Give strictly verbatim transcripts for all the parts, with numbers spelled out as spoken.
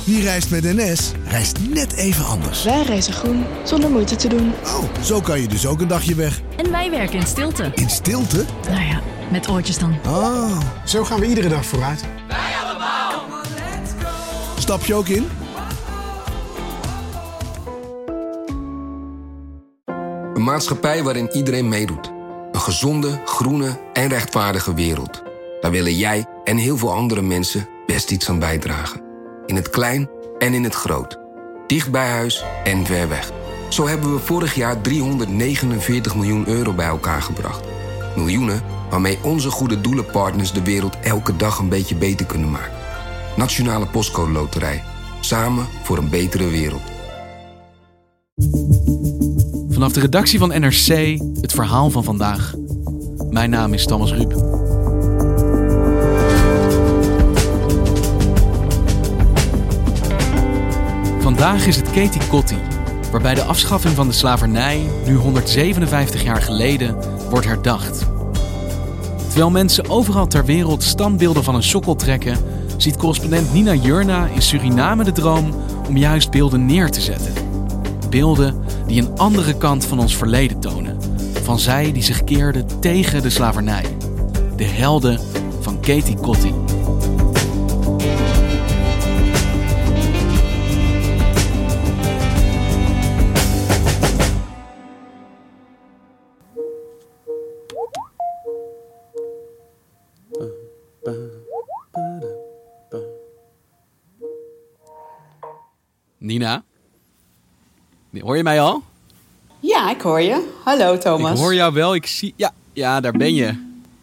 Wie reist met N S, reist net even anders. Wij reizen groen, zonder moeite te doen. Oh, zo kan je dus ook een dagje weg. En wij werken in stilte. In stilte? Nou ja, met oortjes dan. Oh. Zo gaan we iedere dag vooruit. Wij allemaal. Stap je ook in? Een maatschappij waarin iedereen meedoet. Een gezonde, groene en rechtvaardige wereld. Daar willen jij en heel veel andere mensen best iets aan bijdragen. In het klein en in het groot. Dicht bij huis en ver weg. Zo hebben we vorig jaar driehonderdnegenenveertig miljoen euro bij elkaar gebracht. Miljoenen waarmee onze goede doelenpartners de wereld elke dag een beetje beter kunnen maken. Nationale Postcode Loterij. Samen voor een betere wereld. Vanaf de redactie van N R C, het verhaal van vandaag. Mijn naam is Thomas Ruip. Vandaag is het Katie Kotti, waarbij de afschaffing van de slavernij nu honderdzevenenvijftig jaar geleden wordt herdacht. Terwijl mensen overal ter wereld standbeelden van een sokkel trekken, ziet correspondent Nina Jurna in Suriname de droom om juist beelden neer te zetten. Beelden die een andere kant van ons verleden tonen. Van zij die zich keerden tegen de slavernij. De helden van Katie Kotti. Nina? Hoor je mij al? Ja, ik hoor je. Hallo Thomas. Ik hoor jou wel, ik zie... Ja, ja, daar ben je.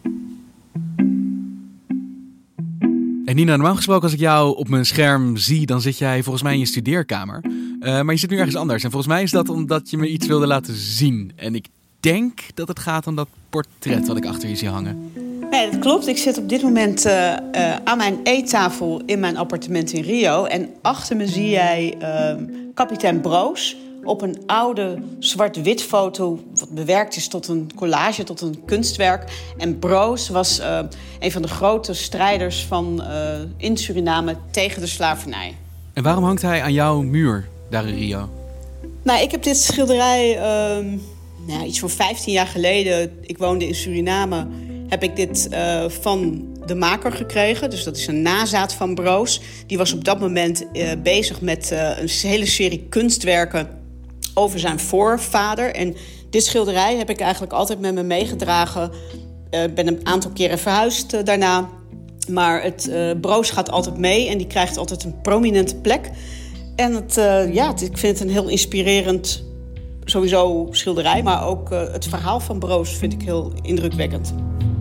En Nina, normaal gesproken als ik jou op mijn scherm zie, dan zit jij volgens mij in je studeerkamer. Uh, maar je zit nu ergens anders. En volgens mij is dat omdat je me iets wilde laten zien. En ik denk dat het gaat om dat portret wat ik achter je zie hangen. Nee, dat klopt. Ik zit op dit moment uh, uh, aan mijn eettafel in mijn appartement in Rio. En achter me zie jij uh, kapitein Broos op een oude zwart-wit foto, wat bewerkt is tot een collage, tot een kunstwerk. En Broos was uh, een van de grote strijders van, uh, in Suriname tegen de slavernij. En waarom hangt hij aan jouw muur daar in Rio? Nou, ik heb dit schilderij uh, nou, iets van vijftien jaar geleden. Ik woonde in Suriname. Heb ik dit uh, van de maker gekregen. Dus dat is een nazaat van Broos. Die was op dat moment uh, bezig met uh, een hele serie kunstwerken over zijn voorvader. En dit schilderij heb ik eigenlijk altijd met me meegedragen. Ik uh, ben een aantal keren verhuisd uh, daarna. Maar het uh, Broos gaat altijd mee en die krijgt altijd een prominente plek. En het, uh, ja, het, ik vind het een heel inspirerend sowieso schilderij. Maar ook uh, het verhaal van Broos vind ik heel indrukwekkend.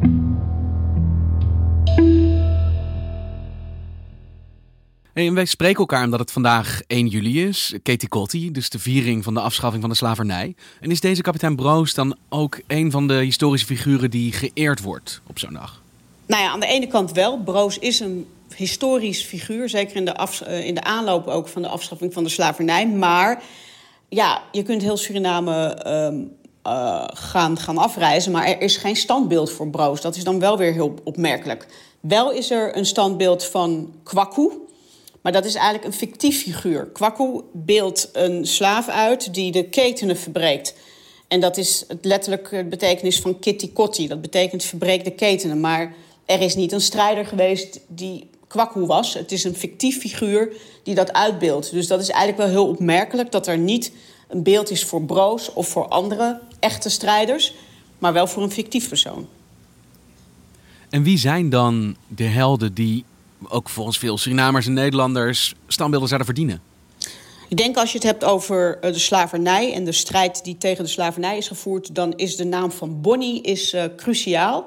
Hey, en wij spreken elkaar omdat het vandaag één juli is, Katie Kotti, dus de viering van de afschaffing van de slavernij. En is deze kapitein Broos dan ook een van de historische figuren die geëerd wordt op zo'n dag? Nou ja, aan de ene kant wel. Broos is een historisch figuur, zeker in de, af, in de aanloop ook van de afschaffing van de slavernij. Maar ja, je kunt heel Suriname um, uh, gaan, gaan afreizen, maar er is geen standbeeld voor Broos. Dat is dan wel weer heel opmerkelijk. Wel is er een standbeeld van Kwaku. Maar dat is eigenlijk een fictief figuur. Kwaku beeldt een slaaf uit die de ketenen verbreekt. En dat is het letterlijke betekenis van Kitty Kotti. Dat betekent verbreek de ketenen. Maar er is niet een strijder geweest die Kwaku was. Het is een fictief figuur die dat uitbeeldt. Dus dat is eigenlijk wel heel opmerkelijk dat er niet een beeld is voor Broos of voor andere echte strijders, maar wel voor een fictief persoon. En wie zijn dan de helden die ook volgens veel Surinamers en Nederlanders standbeelden zouden verdienen? Ik denk als je het hebt over de slavernij en de strijd die tegen de slavernij is gevoerd, dan is de naam van Bonnie is, uh, cruciaal.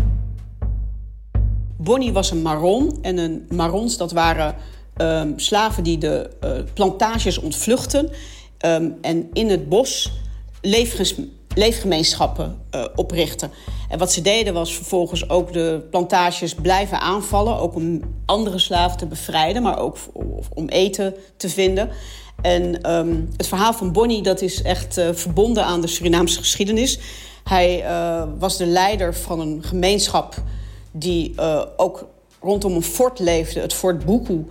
Bonnie was een Maron en een Marons, dat waren um, slaven die de uh, plantages ontvluchten um, en in het bos leefges- leefgemeenschappen uh, oprichten. En wat ze deden was vervolgens ook de plantages blijven aanvallen, ook om andere slaven te bevrijden, maar ook om eten te vinden. En um, het verhaal van Bonnie, dat is echt uh, verbonden aan de Surinaamse geschiedenis. Hij uh, was de leider van een gemeenschap die uh, ook rondom een fort leefde, het Fort Buku.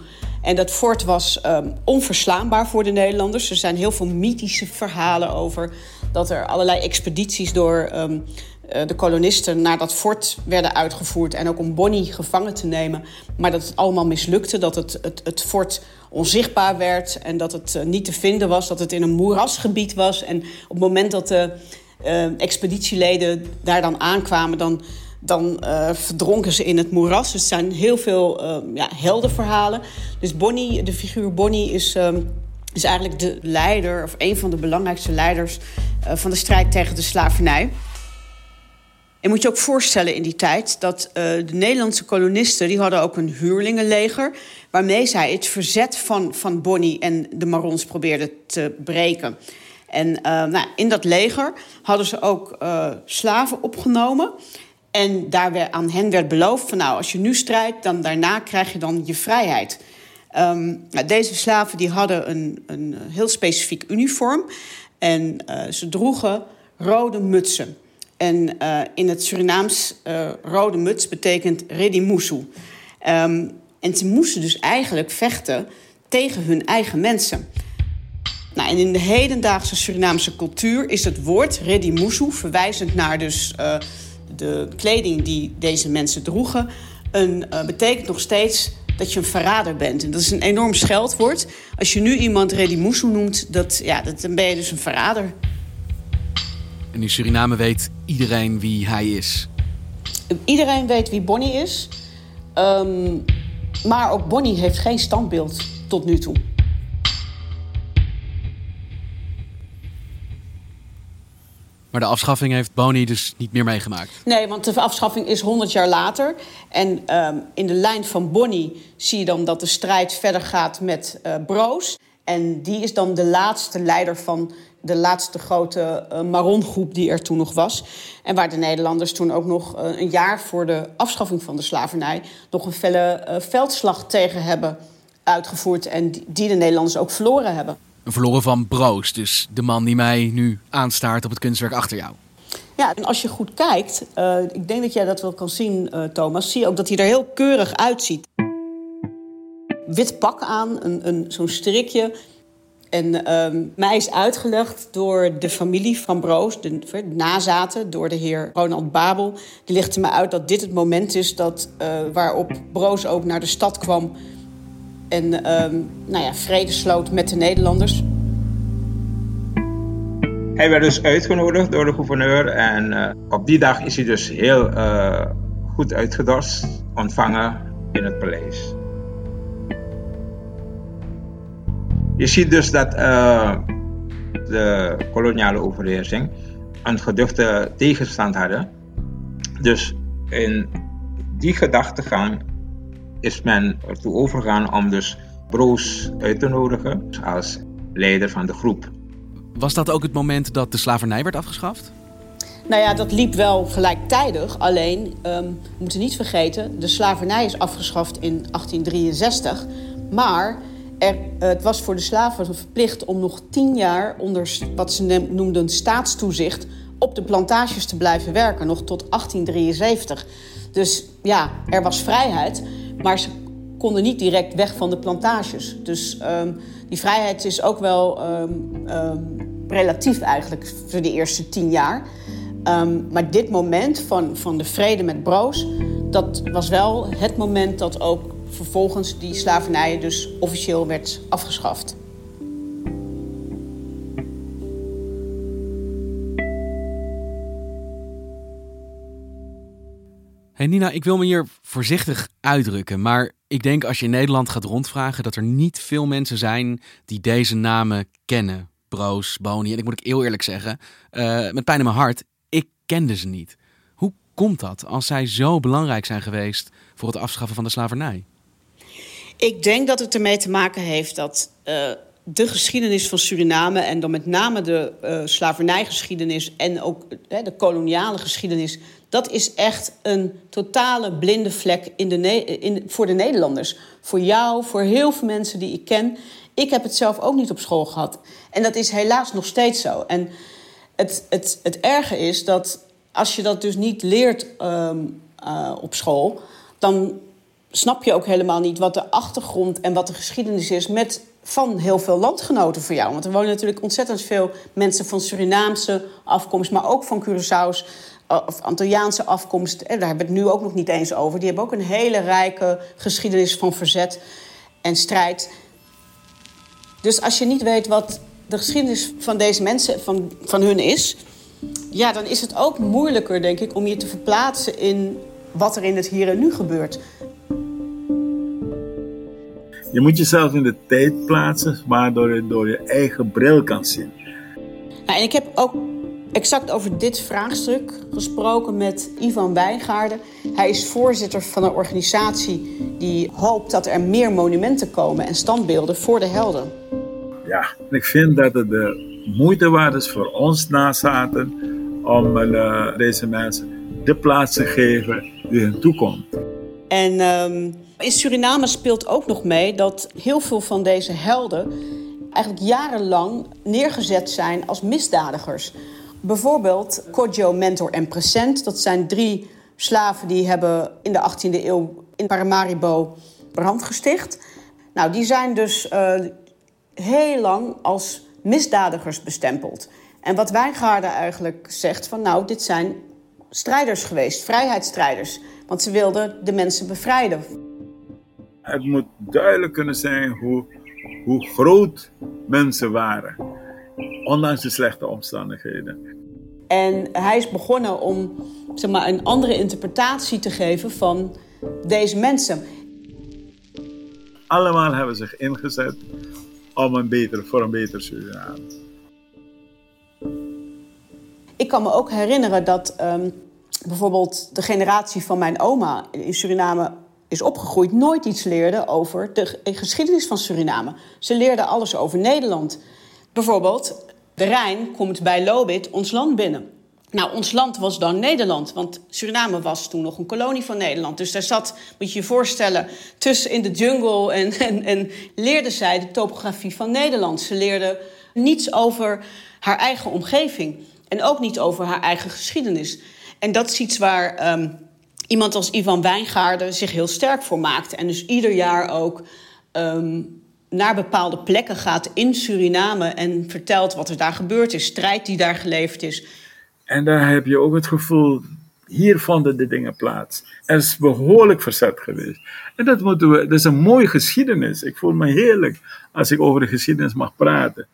En dat fort was um, onverslaanbaar voor de Nederlanders. Er zijn heel veel mythische verhalen over dat er allerlei expedities door um, uh, de kolonisten naar dat fort werden uitgevoerd. En ook om Bonnie gevangen te nemen. Maar dat het allemaal mislukte, dat het, het, het fort onzichtbaar werd en dat het uh, niet te vinden was, dat het in een moerasgebied was. En op het moment dat de uh, expeditieleden daar dan aankwamen, dan... dan uh, verdronken ze in het moeras. Dus het zijn heel veel uh, ja, heldenverhalen. Dus Bonnie, de figuur Bonnie is, um, is eigenlijk de leider, of een van de belangrijkste leiders uh, van de strijd tegen de slavernij. En moet je ook voorstellen in die tijd dat uh, de Nederlandse kolonisten, die hadden ook een huurlingenleger, waarmee zij het verzet van, van Bonnie en de Marrons probeerden te breken. En uh, nou, in dat leger hadden ze ook uh, slaven opgenomen. En daar werd, aan hen werd beloofd van nou, als je nu strijdt, dan daarna krijg je dan je vrijheid. Um, nou, deze slaven die hadden een, een heel specifiek uniform. En uh, ze droegen rode mutsen. En uh, in het Surinaams uh, rode muts betekent redimusu. Um, en ze moesten dus eigenlijk vechten tegen hun eigen mensen. Nou, en in de hedendaagse Surinaamse cultuur is het woord redimusu, verwijzend naar dus uh, de kleding die deze mensen droegen, een, uh, betekent nog steeds dat je een verrader bent. En dat is een enorm scheldwoord. Als je nu iemand redimusu noemt, dat, ja, dat, dan ben je dus een verrader. En in Suriname weet iedereen wie hij is. Iedereen weet wie Bonnie is. Um, maar ook Bonnie heeft geen standbeeld tot nu toe. Maar de afschaffing heeft Bonnie dus niet meer meegemaakt? Nee, want de afschaffing is honderd jaar later. En um, in de lijn van Bonnie zie je dan dat de strijd verder gaat met uh, Broos. En die is dan de laatste leider van de laatste grote uh, Marrongroep die er toen nog was. En waar de Nederlanders toen ook nog uh, een jaar voor de afschaffing van de slavernij nog een felle uh, veldslag tegen hebben uitgevoerd. En die, die de Nederlanders ook verloren hebben. Een verloren van Broos, dus de man die mij nu aanstaart op het kunstwerk achter jou. Ja, en als je goed kijkt, uh, ik denk dat jij dat wel kan zien, uh, Thomas, zie je ook dat hij er heel keurig uitziet. Wit pak aan, een, een, zo'n strikje. En um, mij is uitgelegd door de familie van Broos, de, de nazaten, door de heer Ronald Babel. Die legde me uit dat dit het moment is dat, uh, waarop Broos ook naar de stad kwam en um, nou ja, vrede sloot met de Nederlanders. Hij werd dus uitgenodigd door de gouverneur en uh, op die dag is hij dus heel uh, goed uitgedost, ontvangen in het paleis. Je ziet dus dat uh, de koloniale overheersing een geduchte tegenstand hadden. Dus in die gedachtegang is men ertoe overgegaan om dus Broos uit te nodigen als leider van de groep. Was dat ook het moment dat de slavernij werd afgeschaft? Nou ja, dat liep wel gelijktijdig. Alleen, um, we moeten niet vergeten, de slavernij is afgeschaft in achttien drieënzestig. Maar er, het was voor de slaven verplicht om nog tien jaar onder wat ze noemden staatstoezicht op de plantages te blijven werken, nog tot achttien drieënzeventig. Dus ja, er was vrijheid, maar ze konden niet direct weg van de plantages. Dus um, die vrijheid is ook wel um, um, relatief eigenlijk voor de eerste tien jaar. Um, maar dit moment van, van de vrede met Broos, dat was wel het moment dat ook vervolgens die slavernij dus officieel werd afgeschaft. Hey Nina, ik wil me hier voorzichtig uitdrukken, maar ik denk als je in Nederland gaat rondvragen dat er niet veel mensen zijn die deze namen kennen. Broos, Bonnie, en ik moet ik heel eerlijk zeggen, uh, met pijn in mijn hart, ik kende ze niet. Hoe komt dat als zij zo belangrijk zijn geweest voor het afschaffen van de slavernij? Ik denk dat het ermee te maken heeft dat uh, de geschiedenis van Suriname en dan met name de uh, slavernijgeschiedenis en ook uh, de koloniale geschiedenis, dat is echt een totale blinde vlek in de ne- in, voor de Nederlanders. Voor jou, voor heel veel mensen die ik ken. Ik heb het zelf ook niet op school gehad. En dat is helaas nog steeds zo. En het, het, het erge is dat als je dat dus niet leert um, uh, op school, dan snap je ook helemaal niet wat de achtergrond en wat de geschiedenis is met van heel veel landgenoten van jou. Want er wonen natuurlijk ontzettend veel mensen van Surinaamse afkomst, maar ook van Curaçao's of Antilliaanse afkomst. En daar hebben we het nu ook nog niet eens over. Die hebben ook een hele rijke geschiedenis van verzet en strijd. Dus als je niet weet wat de geschiedenis van deze mensen, van, van hun is, ja, dan is het ook moeilijker, denk ik, om je te verplaatsen in wat er in het hier en nu gebeurt. Je moet jezelf in de tijd plaatsen, waardoor je door je eigen bril kan zien. Nou, en ik heb ook exact over dit vraagstuk gesproken met Ivan Wijngaarden. Hij is voorzitter van een organisatie die hoopt dat er meer monumenten komen en standbeelden voor de helden. Ja, ik vind dat het de moeite waard is voor ons nazaten om uh, deze mensen de plaats te geven die hen toekomt. En um, in Suriname speelt ook nog mee dat heel veel van deze helden eigenlijk jarenlang neergezet zijn als misdadigers. Bijvoorbeeld Codjo, Mentor en Present. Dat zijn drie slaven die hebben in de achttiende eeuw in Paramaribo brand gesticht. Nou, die zijn dus uh, heel lang als misdadigers bestempeld. En wat Wijngaarden eigenlijk zegt van nou, dit zijn strijders geweest, vrijheidsstrijders. Want ze wilden de mensen bevrijden. Het moet duidelijk kunnen zijn hoe, hoe groot mensen waren, ondanks de slechte omstandigheden. En hij is begonnen om zeg maar, een andere interpretatie te geven van deze mensen. Allemaal hebben zich ingezet om een beter, voor een beter Suriname. Ik kan me ook herinneren dat um, bijvoorbeeld de generatie van mijn oma in Suriname is opgegroeid, nooit iets leerde over de geschiedenis van Suriname. Ze leerden alles over Nederland. Bijvoorbeeld, de Rijn komt bij Lobith ons land binnen. Nou, ons land was dan Nederland, want Suriname was toen nog een kolonie van Nederland. Dus daar zat, moet je je voorstellen, tussen in de jungle en, en, en leerden zij de topografie van Nederland. Ze leerden niets over haar eigen omgeving en ook niet over haar eigen geschiedenis. En dat is iets waar um, iemand als Ivan Wijngaarden zich heel sterk voor maakt. En dus ieder jaar ook um, naar bepaalde plekken gaat in Suriname en vertelt wat er daar gebeurd is, strijd die daar geleverd is. En daar heb je ook het gevoel, hier vonden de dingen plaats. Er is behoorlijk verzet geweest. En dat, moeten we, dat is een mooie geschiedenis. Ik voel me heerlijk als ik over de geschiedenis mag praten.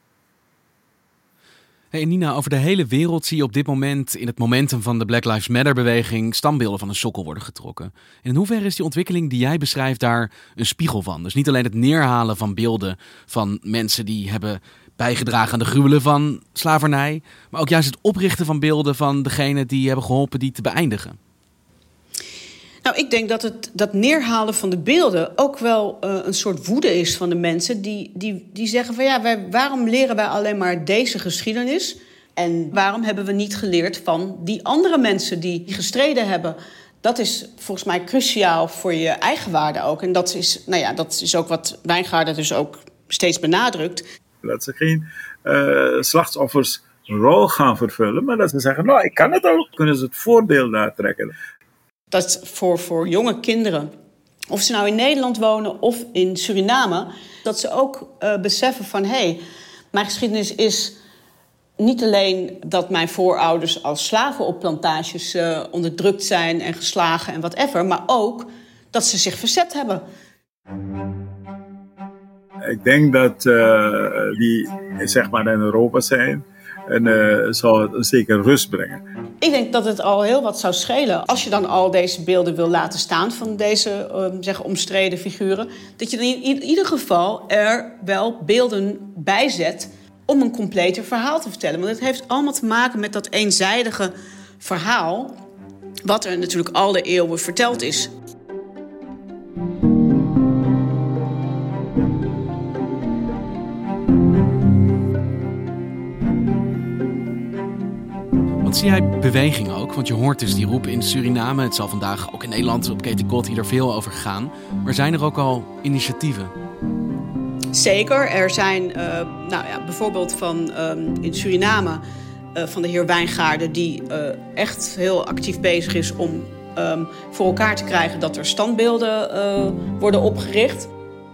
Hey Nina, over de hele wereld zie je op dit moment in het momentum van de Black Lives Matter-beweging standbeelden van een sokkel worden getrokken. En in hoeverre is die ontwikkeling die jij beschrijft daar een spiegel van? Dus niet alleen het neerhalen van beelden van mensen die hebben bijgedragen aan de gruwelen van slavernij, maar ook juist het oprichten van beelden van degenen die hebben geholpen die te beëindigen. Nou, ik denk dat het dat neerhalen van de beelden ook wel uh, een soort woede is van de mensen die, die, die zeggen van ja, wij, waarom leren wij alleen maar deze geschiedenis? En waarom hebben we niet geleerd van die andere mensen die gestreden hebben? Dat is volgens mij cruciaal voor je eigenwaarde ook. En dat is, nou ja, dat is ook wat Wijngaarden dus ook steeds benadrukt. Dat ze geen uh, slachtoffersrol gaan vervullen, maar dat ze zeggen, nou, ik kan het ook. Kunnen ze het voordeel daar trekken. Dat is voor, voor jonge kinderen, of ze nou in Nederland wonen of in Suriname, dat ze ook uh, beseffen van hé, hey, mijn geschiedenis is niet alleen dat mijn voorouders als slaven op plantages uh, onderdrukt zijn en geslagen en whatever, maar ook dat ze zich verzet hebben. Ik denk dat uh, die zeg maar in Europa zijn en uh, zal het een zekere rust brengen. Ik denk dat het al heel wat zou schelen als je dan al deze beelden wil laten staan van deze uh, zeg, omstreden figuren. Dat je dan in ieder geval er wel beelden bij zet om een completer verhaal te vertellen. Want het heeft allemaal te maken met dat eenzijdige verhaal wat er natuurlijk al de eeuwen verteld is. Want zie jij beweging ook? Want je hoort dus die roep in Suriname. Het zal vandaag ook in Nederland op Katie Kotti er veel over gaan. Maar zijn er ook al initiatieven? Zeker. Er zijn uh, nou ja, bijvoorbeeld van um, in Suriname uh, van de heer Wijngaarden die uh, echt heel actief bezig is om um, voor elkaar te krijgen dat er standbeelden uh, worden opgericht.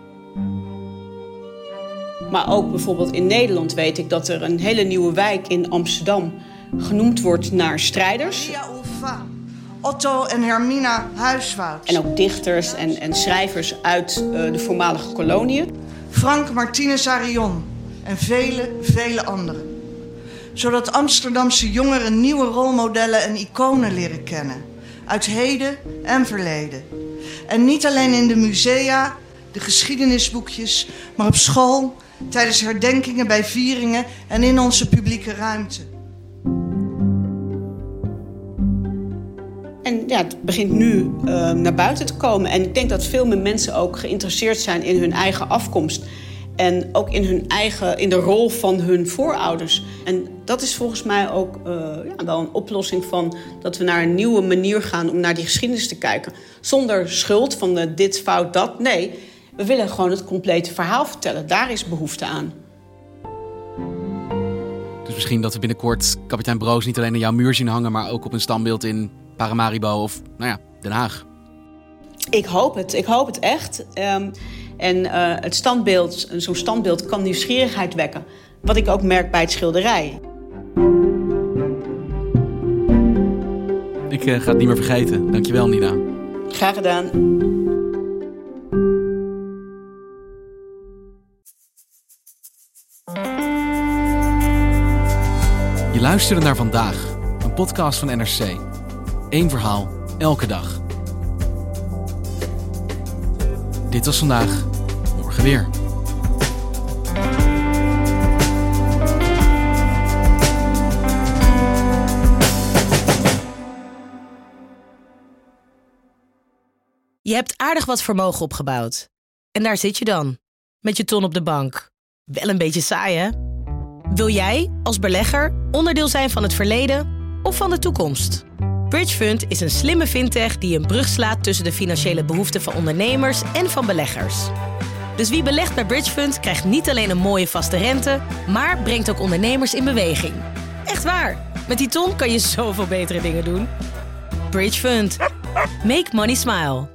Maar ook bijvoorbeeld in Nederland weet ik dat er een hele nieuwe wijk in Amsterdam genoemd wordt naar strijders. Otto en Hermina Huiswoud. En ook dichters en, en schrijvers uit uh, de voormalige koloniën. Frank Martinez Arion en vele, vele anderen. Zodat Amsterdamse jongeren nieuwe rolmodellen en iconen leren kennen. Uit heden en verleden. En niet alleen in de musea, de geschiedenisboekjes, maar op school, tijdens herdenkingen, bij vieringen en in onze publieke ruimte. En ja, het begint nu uh, naar buiten te komen. En ik denk dat veel meer mensen ook geïnteresseerd zijn in hun eigen afkomst. En ook in, hun eigen, in de rol van hun voorouders. En dat is volgens mij ook uh, ja, wel een oplossing van dat we naar een nieuwe manier gaan om naar die geschiedenis te kijken. Zonder schuld van de dit, fout, dat. Nee, we willen gewoon het complete verhaal vertellen. Daar is behoefte aan. Dus misschien dat we binnenkort kapitein Broos niet alleen aan jouw muur zien hangen, maar ook op een standbeeld in Paramaribo of, nou ja, Den Haag. Ik hoop het. Ik hoop het echt. Um, en uh, het standbeeld, zo'n standbeeld kan nieuwsgierigheid wekken. Wat ik ook merk bij het schilderij. Ik uh, ga het niet meer vergeten. Dankjewel, Nina. Graag gedaan. Je luisterde naar Vandaag, een podcast van N R C. Eén verhaal, elke dag. Dit was Vandaag, morgen weer. Je hebt aardig wat vermogen opgebouwd. En daar zit je dan, met je ton op de bank. Wel een beetje saai, hè? Wil jij, als belegger, onderdeel zijn van het verleden of van de toekomst? Bridgefund is een slimme fintech die een brug slaat tussen de financiële behoeften van ondernemers en van beleggers. Dus wie belegt bij Bridgefund krijgt niet alleen een mooie vaste rente, maar brengt ook ondernemers in beweging. Echt waar, met die ton kan je zoveel betere dingen doen. Bridgefund. Make money smile.